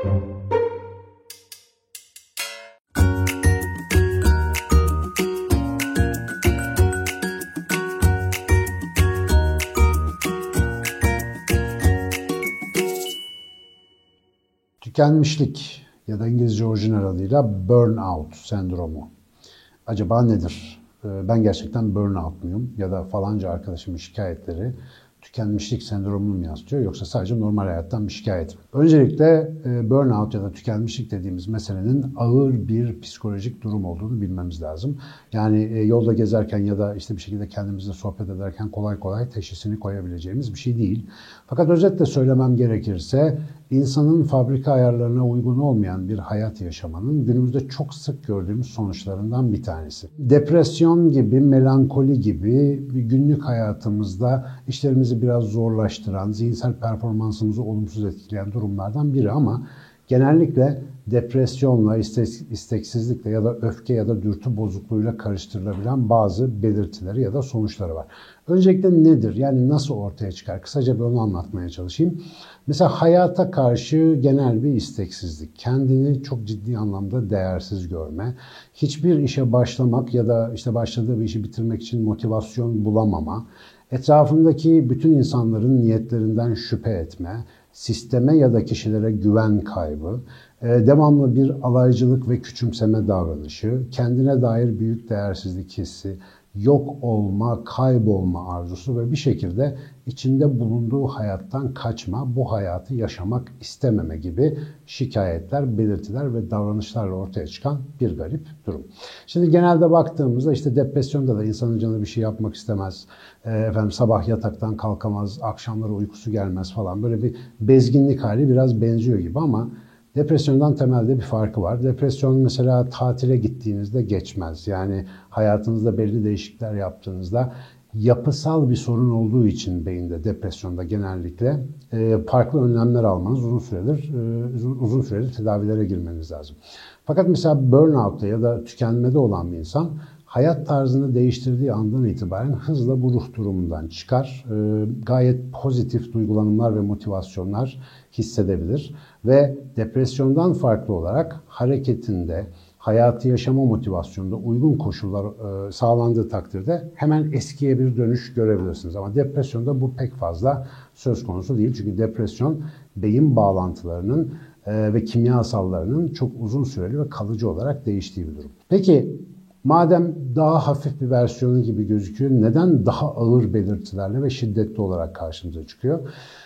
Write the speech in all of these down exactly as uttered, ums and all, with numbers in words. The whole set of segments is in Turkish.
Tükenmişlik ya da İngilizce orijinal adıyla burnout sendromu. Acaba nedir? Ben gerçekten burnout muyum? Ya da falanca arkadaşımın şikayetleri tükenmişlik sendromunu mu yansıtıyor yoksa sadece normal hayattan bir şikayet mi? Öncelikle burnout ya da tükenmişlik dediğimiz meselenin ağır bir psikolojik durum olduğunu bilmemiz lazım. Yani yolda gezerken ya da işte bir şekilde kendimizle sohbet ederken kolay kolay teşhisini koyabileceğimiz bir şey değil. Fakat özetle söylemem gerekirse insanın fabrika ayarlarına uygun olmayan bir hayat yaşamanın günümüzde çok sık gördüğümüz sonuçlarından bir tanesi. Depresyon gibi, melankoli gibi günlük hayatımızda işlerimizi biraz zorlaştıran, zihinsel performansımızı olumsuz etkileyen durumlardan biri ama genellikle depresyonla, isteksizlikle ya da öfke ya da dürtü bozukluğuyla karıştırılabilen bazı belirtileri ya da sonuçları var. Öncelikle nedir? Yani nasıl ortaya çıkar? Kısaca bir onu anlatmaya çalışayım. Mesela hayata karşı genel bir isteksizlik, kendini çok ciddi anlamda değersiz görme, hiçbir işe başlamak ya da işte başladığı bir işi bitirmek için motivasyon bulamama, etrafındaki bütün insanların niyetlerinden şüphe etme, sisteme ya da kişilere güven kaybı, devamlı bir alaycılık ve küçümseme davranışı, kendine dair büyük değersizlik hissi, yok olma, kaybolma arzusu ve bir şekilde içinde bulunduğu hayattan kaçma, bu hayatı yaşamak istememe gibi şikayetler, belirtiler ve davranışlarla ortaya çıkan bir garip durum. Şimdi genelde baktığımızda işte depresyonda da insanın canı bir şey yapmak istemez, efendim sabah yataktan kalkamaz, akşamları uykusu gelmez falan, böyle bir bezginlik hali biraz benziyor gibi ama depresyondan temelde bir farkı var. Depresyon mesela tatile gittiğinizde geçmez. Yani hayatınızda belli değişiklikler yaptığınızda yapısal bir sorun olduğu için beyinde depresyonda genellikle farklı önlemler almanız, uzun süredir uzun süreli tedavilere girmeniz lazım. Fakat mesela burnout'ta ya da tükenmede olan bir insan hayat tarzını değiştirdiği andan itibaren hızla bu ruh durumundan çıkar. E, gayet pozitif duygulanımlar ve motivasyonlar hissedebilir. Ve depresyondan farklı olarak hareketinde, hayatı yaşama motivasyonunda uygun koşullar e, sağlandığı takdirde hemen eskiye bir dönüş görebilirsiniz. Ama depresyonda bu pek fazla söz konusu değil. Çünkü depresyon beyin bağlantılarının e, ve kimyasallarının çok uzun süreli ve kalıcı olarak değiştiği bir durum. Peki, madem daha hafif bir versiyonu gibi gözüküyor, neden daha ağır belirtilerle ve şiddetli olarak karşımıza çıkıyor?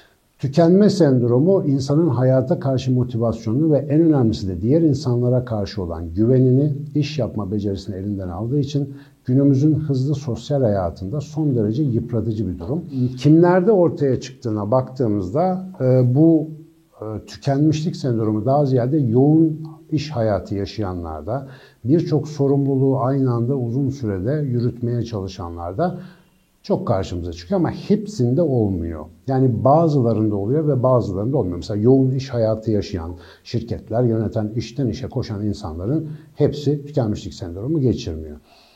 Tükenme sendromu insanın hayata karşı motivasyonunu ve en önemlisi de diğer insanlara karşı olan güvenini, iş yapma becerisini elinden aldığı için günümüzün hızlı sosyal hayatında son derece yıpratıcı bir durum. Kimlerde ortaya çıktığına baktığımızda bu tükenmişlik sendromu daha ziyade yoğun iş hayatı yaşayanlarda, birçok sorumluluğu aynı anda uzun sürede yürütmeye çalışanlarda çok karşımıza çıkıyor ama hepsinde olmuyor. Yani bazılarında oluyor ve bazılarında olmuyor. Mesela yoğun iş hayatı yaşayan şirketler, yöneten, işten işe koşan insanların hepsi tükenmişlik sendromu geçirmiyor.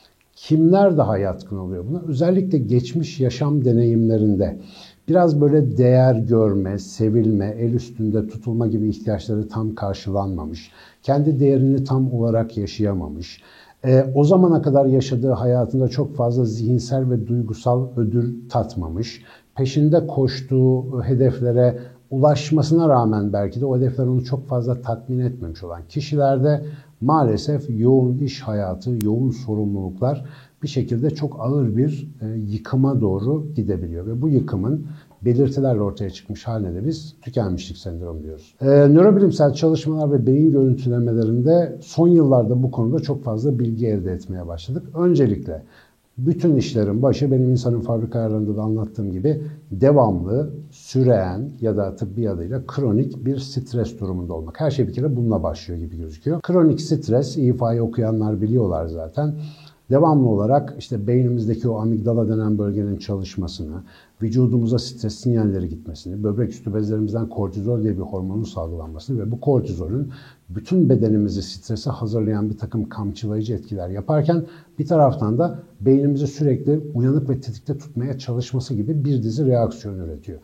Kimler daha yatkın oluyor buna? Özellikle geçmiş yaşam deneyimlerinde biraz böyle değer görme, sevilme, el üstünde tutulma gibi ihtiyaçları tam karşılanmamış, kendi değerini tam olarak yaşayamamış, e, o zamana kadar yaşadığı hayatında çok fazla zihinsel ve duygusal ödül tatmamış, peşinde koştuğu hedeflere ulaşmasına rağmen belki de o hedefler onu çok fazla tatmin etmemiş olan kişilerde maalesef yoğun iş hayatı, yoğun sorumluluklar bir şekilde çok ağır bir e, yıkıma doğru gidebiliyor. Ve bu yıkımın belirtilerle ortaya çıkmış haline de biz tükenmişlik sendromu diyoruz. E, nörobilimsel çalışmalar ve beyin görüntülemelerinde son yıllarda bu konuda çok fazla bilgi elde etmeye başladık. Öncelikle bütün işlerin başı benim insanın fabrika ayarlarında da anlattığım gibi devamlı, süreyen ya da tıbbi adıyla kronik bir stres durumunda olmak. Her şey bir kere bununla başlıyor gibi gözüküyor. Kronik stres, İFA'yı okuyanlar biliyorlar zaten. Devamlı olarak işte beynimizdeki o amigdala denen bölgenin çalışmasını, vücudumuza stres sinyalleri gitmesini, böbrek üstü bezlerimizden kortizol diye bir hormonun salgılanmasını ve bu kortizolün bütün bedenimizi strese hazırlayan bir takım kamçılayıcı etkiler yaparken bir taraftan da beynimizi sürekli uyanık ve tetikte tutmaya çalışması gibi bir dizi reaksiyon üretiyor.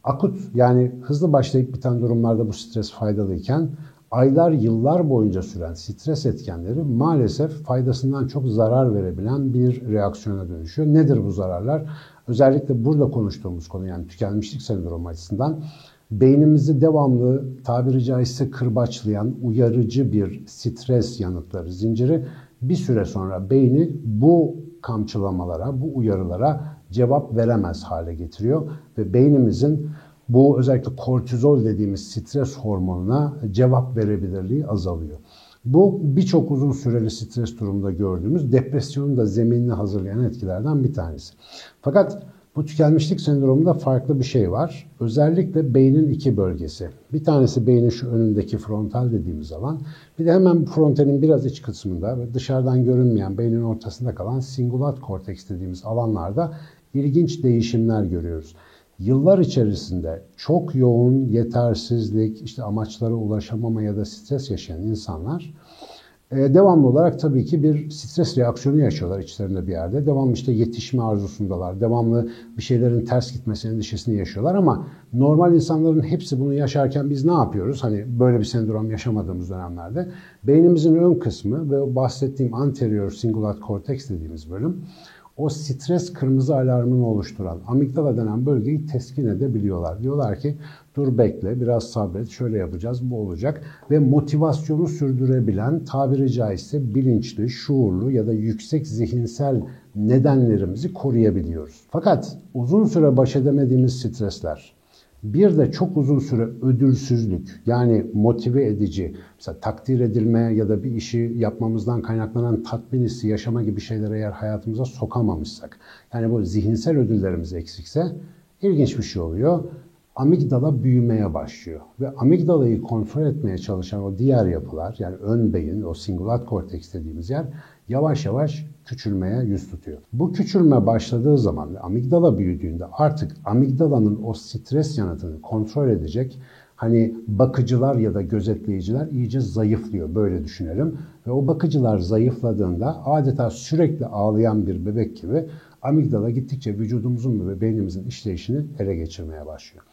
Akut yani hızlı başlayıp biten durumlarda bu stres faydalıyken aylar yıllar boyunca süren stres etkenleri maalesef faydasından çok zarar verebilen bir reaksiyona dönüşüyor. Nedir bu zararlar? Özellikle burada konuştuğumuz konu yani tükenmişlik sendromu açısından beynimizi devamlı tabiri caizse kırbaçlayan uyarıcı bir stres yanıtları zinciri bir süre sonra beyni bu kamçılamalara, bu uyarılara cevap veremez hale getiriyor ve beynimizin bu özellikle kortizol dediğimiz stres hormonuna cevap verebilirliği azalıyor. Bu birçok uzun süreli stres durumunda gördüğümüz depresyonun da zeminini hazırlayan etkilerden bir tanesi. Fakat bu tükenmişlik sendromunda farklı bir şey var. Özellikle beynin iki bölgesi. Bir tanesi beynin şu önündeki frontal dediğimiz alan. Bir de hemen frontalin biraz iç kısmında ve dışarıdan görünmeyen beynin ortasında kalan singulat korteks dediğimiz alanlarda ilginç değişimler görüyoruz. Yıllar içerisinde çok yoğun yetersizlik, işte amaçlara ulaşamama ya da stres yaşayan insanlar devamlı olarak tabii ki bir stres reaksiyonu yaşıyorlar içlerinde bir yerde. Devamlı işte yetişme arzusundalar. Devamlı bir şeylerin ters gitmesi endişesini yaşıyorlar ama normal insanların hepsi bunu yaşarken biz ne yapıyoruz? Hani böyle bir sendrom yaşamadığımız dönemlerde beynimizin ön kısmı ve bahsettiğim anterior cingulate cortex dediğimiz bölüm o stres kırmızı alarmını oluşturan amigdala denen bölgeyi teskin edebiliyorlar. Diyorlar ki dur bekle, biraz sabret, şöyle yapacağız, bu olacak. Ve motivasyonu sürdürebilen, tabiri caizse bilinçli, şuurlu ya da yüksek zihinsel nedenlerimizi koruyabiliyoruz. Fakat uzun süre baş edemediğimiz stresler, bir de çok uzun süre ödülsüzlük yani motive edici, mesela takdir edilme ya da bir işi yapmamızdan kaynaklanan tatmin hissi yaşama gibi şeyleri eğer hayatımıza sokamamışsak, yani bu zihinsel ödüllerimiz eksikse ilginç bir şey oluyor. Amigdala büyümeye başlıyor ve amigdalayı kontrol etmeye çalışan o diğer yapılar yani ön beyin, o singulat korteks dediğimiz yer yavaş yavaş küçülmeye yüz tutuyor. Bu küçülme başladığı zaman ve amigdala büyüdüğünde artık amigdalanın o stres yanıtını kontrol edecek hani bakıcılar ya da gözetleyiciler iyice zayıflıyor böyle düşünelim. Ve o bakıcılar zayıfladığında adeta sürekli ağlayan bir bebek gibi amigdala gittikçe vücudumuzun ve beynimizin işleyişini ele geçirmeye başlıyor.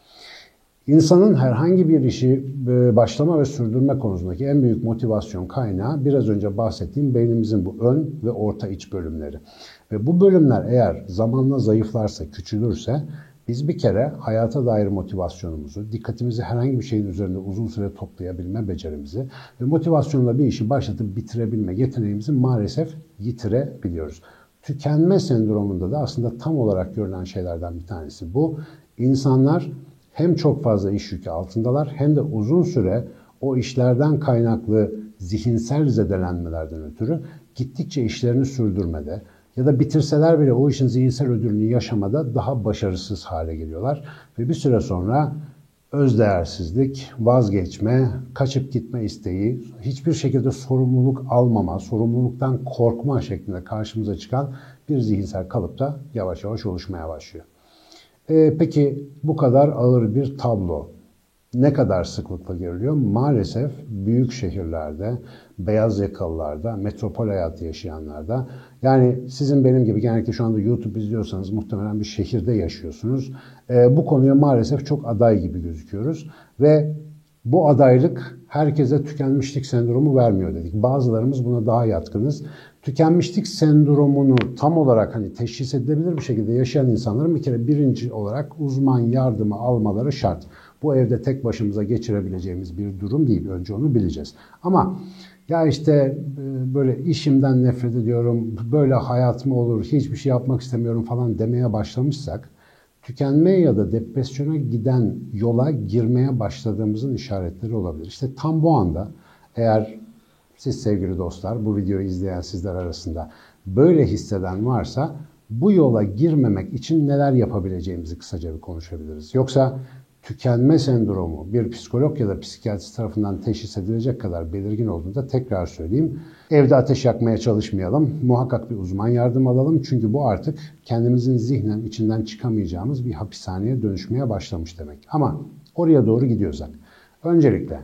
İnsanın herhangi bir işi başlama ve sürdürme konusundaki en büyük motivasyon kaynağı biraz önce bahsettiğim beynimizin bu ön ve orta iç bölümleri. Ve bu bölümler eğer zamanla zayıflarsa, küçülürse biz bir kere hayata dair motivasyonumuzu, dikkatimizi herhangi bir şeyin üzerinde uzun süre toplayabilme becerimizi ve motivasyonla bir işi başlatıp bitirebilme yeteneğimizi maalesef yitirebiliyoruz. Tükenme sendromunda da aslında tam olarak görülen şeylerden bir tanesi bu. İnsanlar hem çok fazla iş yükü altındalar hem de uzun süre o işlerden kaynaklı zihinsel zedelenmelerden ötürü gittikçe işlerini sürdürmede ya da bitirseler bile o işin zihinsel ödülünü yaşamada daha başarısız hale geliyorlar. Ve bir süre sonra özdeğersizlik, vazgeçme, kaçıp gitme isteği, hiçbir şekilde sorumluluk almama, sorumluluktan korkma şeklinde karşımıza çıkan bir zihinsel kalıp da yavaş yavaş oluşmaya başlıyor. Ee, peki bu kadar ağır bir tablo ne kadar sıklıkla görülüyor? Maalesef büyük şehirlerde, beyaz yakalılarda, metropol hayatı yaşayanlarda, yani sizin benim gibi genellikle şu anda YouTube izliyorsanız muhtemelen bir şehirde yaşıyorsunuz. Ee, bu konuya maalesef çok aday gibi gözüküyoruz ve bu adaylık herkese tükenmişlik sendromu vermiyor dedik. Bazılarımız buna daha yatkınız. Tükenmişlik sendromunu tam olarak hani teşhis edilebilir bir şekilde yaşayan insanların bir kere birinci olarak uzman yardımı almaları şart. Bu evde tek başımıza geçirebileceğimiz bir durum değil. Önce onu bileceğiz. Ama ya işte böyle işimden nefret ediyorum, böyle hayat mı olur, hiçbir şey yapmak istemiyorum falan demeye başlamışsak, tükenmeye ya da depresyona giden yola girmeye başladığımızın işaretleri olabilir. İşte tam bu anda eğer siz sevgili dostlar, bu videoyu izleyen sizler arasında böyle hisseden varsa bu yola girmemek için neler yapabileceğimizi kısaca bir konuşabiliriz. Yoksa tükenme sendromu bir psikolog ya da psikiyatrist tarafından teşhis edilecek kadar belirgin olduğunda tekrar söyleyeyim. Evde ateş yakmaya çalışmayalım. Muhakkak bir uzman yardım alalım. Çünkü bu artık kendimizin zihnen içinden çıkamayacağımız bir hapishaneye dönüşmeye başlamış demek. Ama oraya doğru gidiyorsak. Öncelikle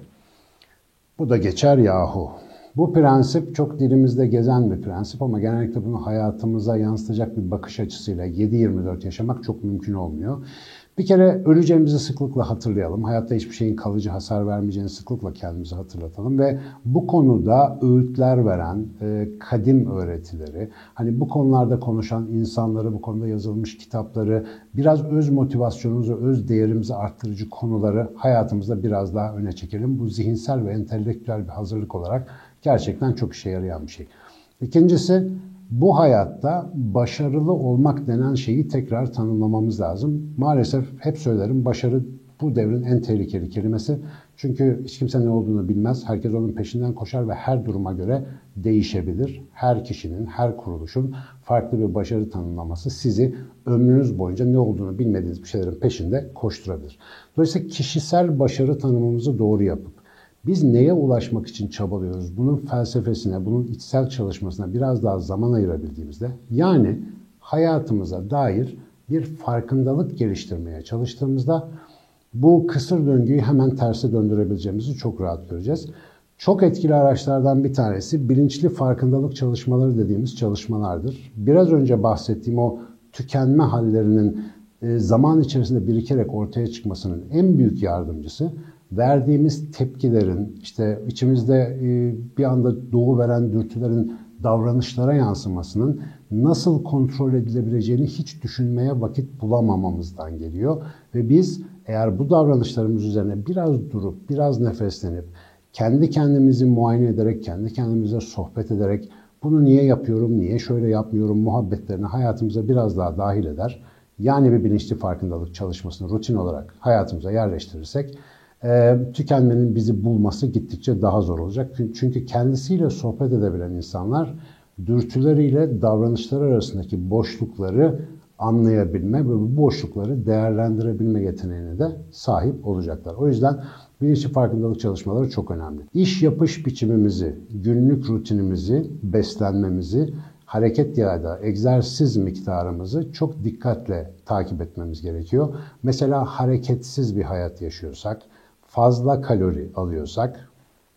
bu da geçer yahu. Bu prensip çok dilimizde gezen bir prensip ama genellikle bunu hayatımıza yansıtacak bir bakış açısıyla yedi yirmi dört yaşamak çok mümkün olmuyor. Bir kere öleceğimizi sıklıkla hatırlayalım. Hayatta hiçbir şeyin kalıcı hasar vermeyeceğini sıklıkla kendimize hatırlatalım ve bu konuda öğütler veren e, kadim öğretileri, hani bu konularda konuşan insanları, bu konuda yazılmış kitapları, biraz öz motivasyonumuzu, öz değerimizi arttırıcı konuları hayatımızda biraz daha öne çekelim. Bu zihinsel ve entelektüel bir hazırlık olarak gerçekten çok işe yarayan bir şey. İkincisi, bu hayatta başarılı olmak denen şeyi tekrar tanımlamamız lazım. Maalesef hep söylerim, başarı bu devrin en tehlikeli kelimesi. Çünkü hiç kimse ne olduğunu bilmez. Herkes onun peşinden koşar ve her duruma göre değişebilir. Her kişinin, her kuruluşun farklı bir başarı tanımlaması sizi ömrünüz boyunca ne olduğunu bilmediğiniz bir şeylerin peşinde koşturabilir. Dolayısıyla kişisel başarı tanımımızı doğru yapıp biz neye ulaşmak için çabalıyoruz? Bunun felsefesine, bunun içsel çalışmasına biraz daha zaman ayırabildiğimizde, yani hayatımıza dair bir farkındalık geliştirmeye çalıştığımızda bu kısır döngüyü hemen terse döndürebileceğimizi çok rahat göreceğiz. Çok etkili araçlardan bir tanesi bilinçli farkındalık çalışmaları dediğimiz çalışmalardır. Biraz önce bahsettiğim o tükenme hallerinin zaman içerisinde birikerek ortaya çıkmasının en büyük yardımcısı, verdiğimiz tepkilerin, işte içimizde bir anda doğuveren dürtülerin davranışlara yansımasının nasıl kontrol edilebileceğini hiç düşünmeye vakit bulamamamızdan geliyor. Ve biz eğer bu davranışlarımız üzerine biraz durup, biraz nefeslenip, kendi kendimizi muayene ederek, kendi kendimize sohbet ederek, bunu niye yapıyorum, niye şöyle yapmıyorum muhabbetlerini hayatımıza biraz daha dahil eder, yani bir bilinçli farkındalık çalışmasını rutin olarak hayatımıza yerleştirirsek, E, tükenmenin bizi bulması gittikçe daha zor olacak. Çünkü kendisiyle sohbet edebilen insanlar dürtüleriyle davranışları arasındaki boşlukları anlayabilme ve bu boşlukları değerlendirebilme yeteneğine de sahip olacaklar. O yüzden bilinçli farkındalık çalışmaları çok önemli. İş yapış biçimimizi, günlük rutinimizi, beslenmemizi, hareket ya da egzersiz miktarımızı çok dikkatle takip etmemiz gerekiyor. Mesela hareketsiz bir hayat yaşıyorsak, fazla kalori alıyorsak,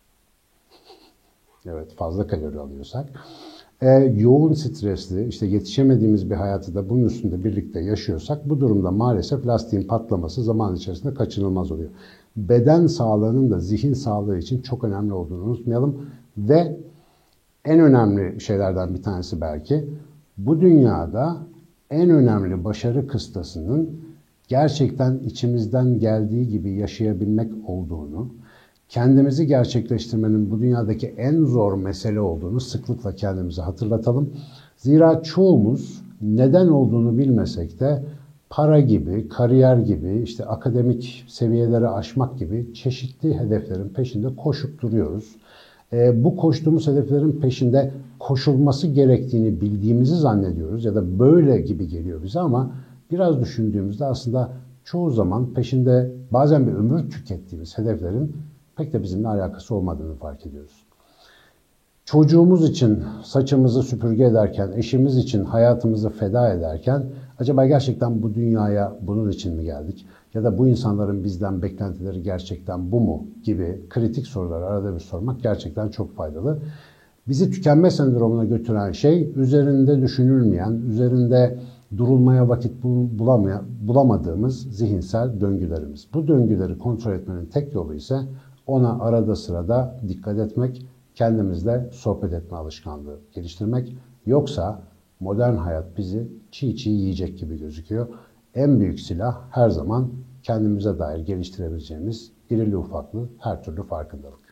evet fazla kalori alıyorsak, e, yoğun stresli, işte yetişemediğimiz bir hayatı da bunun üstünde birlikte yaşıyorsak, bu durumda maalesef lastiğin patlaması zaman içerisinde kaçınılmaz oluyor. Beden sağlığının da zihin sağlığı için çok önemli olduğunu unutmayalım ve en önemli şeylerden bir tanesi belki, bu dünyada en önemli başarı kıstasının gerçekten içimizden geldiği gibi yaşayabilmek olduğunu, kendimizi gerçekleştirmenin bu dünyadaki en zor mesele olduğunu sıklıkla kendimize hatırlatalım. Zira çoğumuz neden olduğunu bilmesek de para gibi, kariyer gibi, işte akademik seviyeleri aşmak gibi çeşitli hedeflerin peşinde koşup duruyoruz. E, bu koştuğumuz hedeflerin peşinde koşulması gerektiğini bildiğimizi zannediyoruz ya da böyle gibi geliyor bize ama biraz düşündüğümüzde aslında çoğu zaman peşinde bazen bir ömür tükettiğimiz hedeflerin pek de bizimle alakası olmadığını fark ediyoruz. Çocuğumuz için saçımızı süpürge ederken, eşimiz için hayatımızı feda ederken acaba gerçekten bu dünyaya bunun için mi geldik? Ya da bu insanların bizden beklentileri gerçekten bu mu? Gibi kritik soruları arada bir sormak gerçekten çok faydalı. Bizi tükenme sendromuna götüren şey üzerinde düşünülmeyen, üzerinde durulmaya vakit bulamaya, bulamadığımız zihinsel döngülerimiz. Bu döngüleri kontrol etmenin tek yolu ise ona arada sırada dikkat etmek, kendimizle sohbet etme alışkanlığı geliştirmek. Yoksa modern hayat bizi çiğ çiğ yiyecek gibi gözüküyor. En büyük silah her zaman kendimize dair geliştirebileceğimiz irili ufaklı her türlü farkındalık.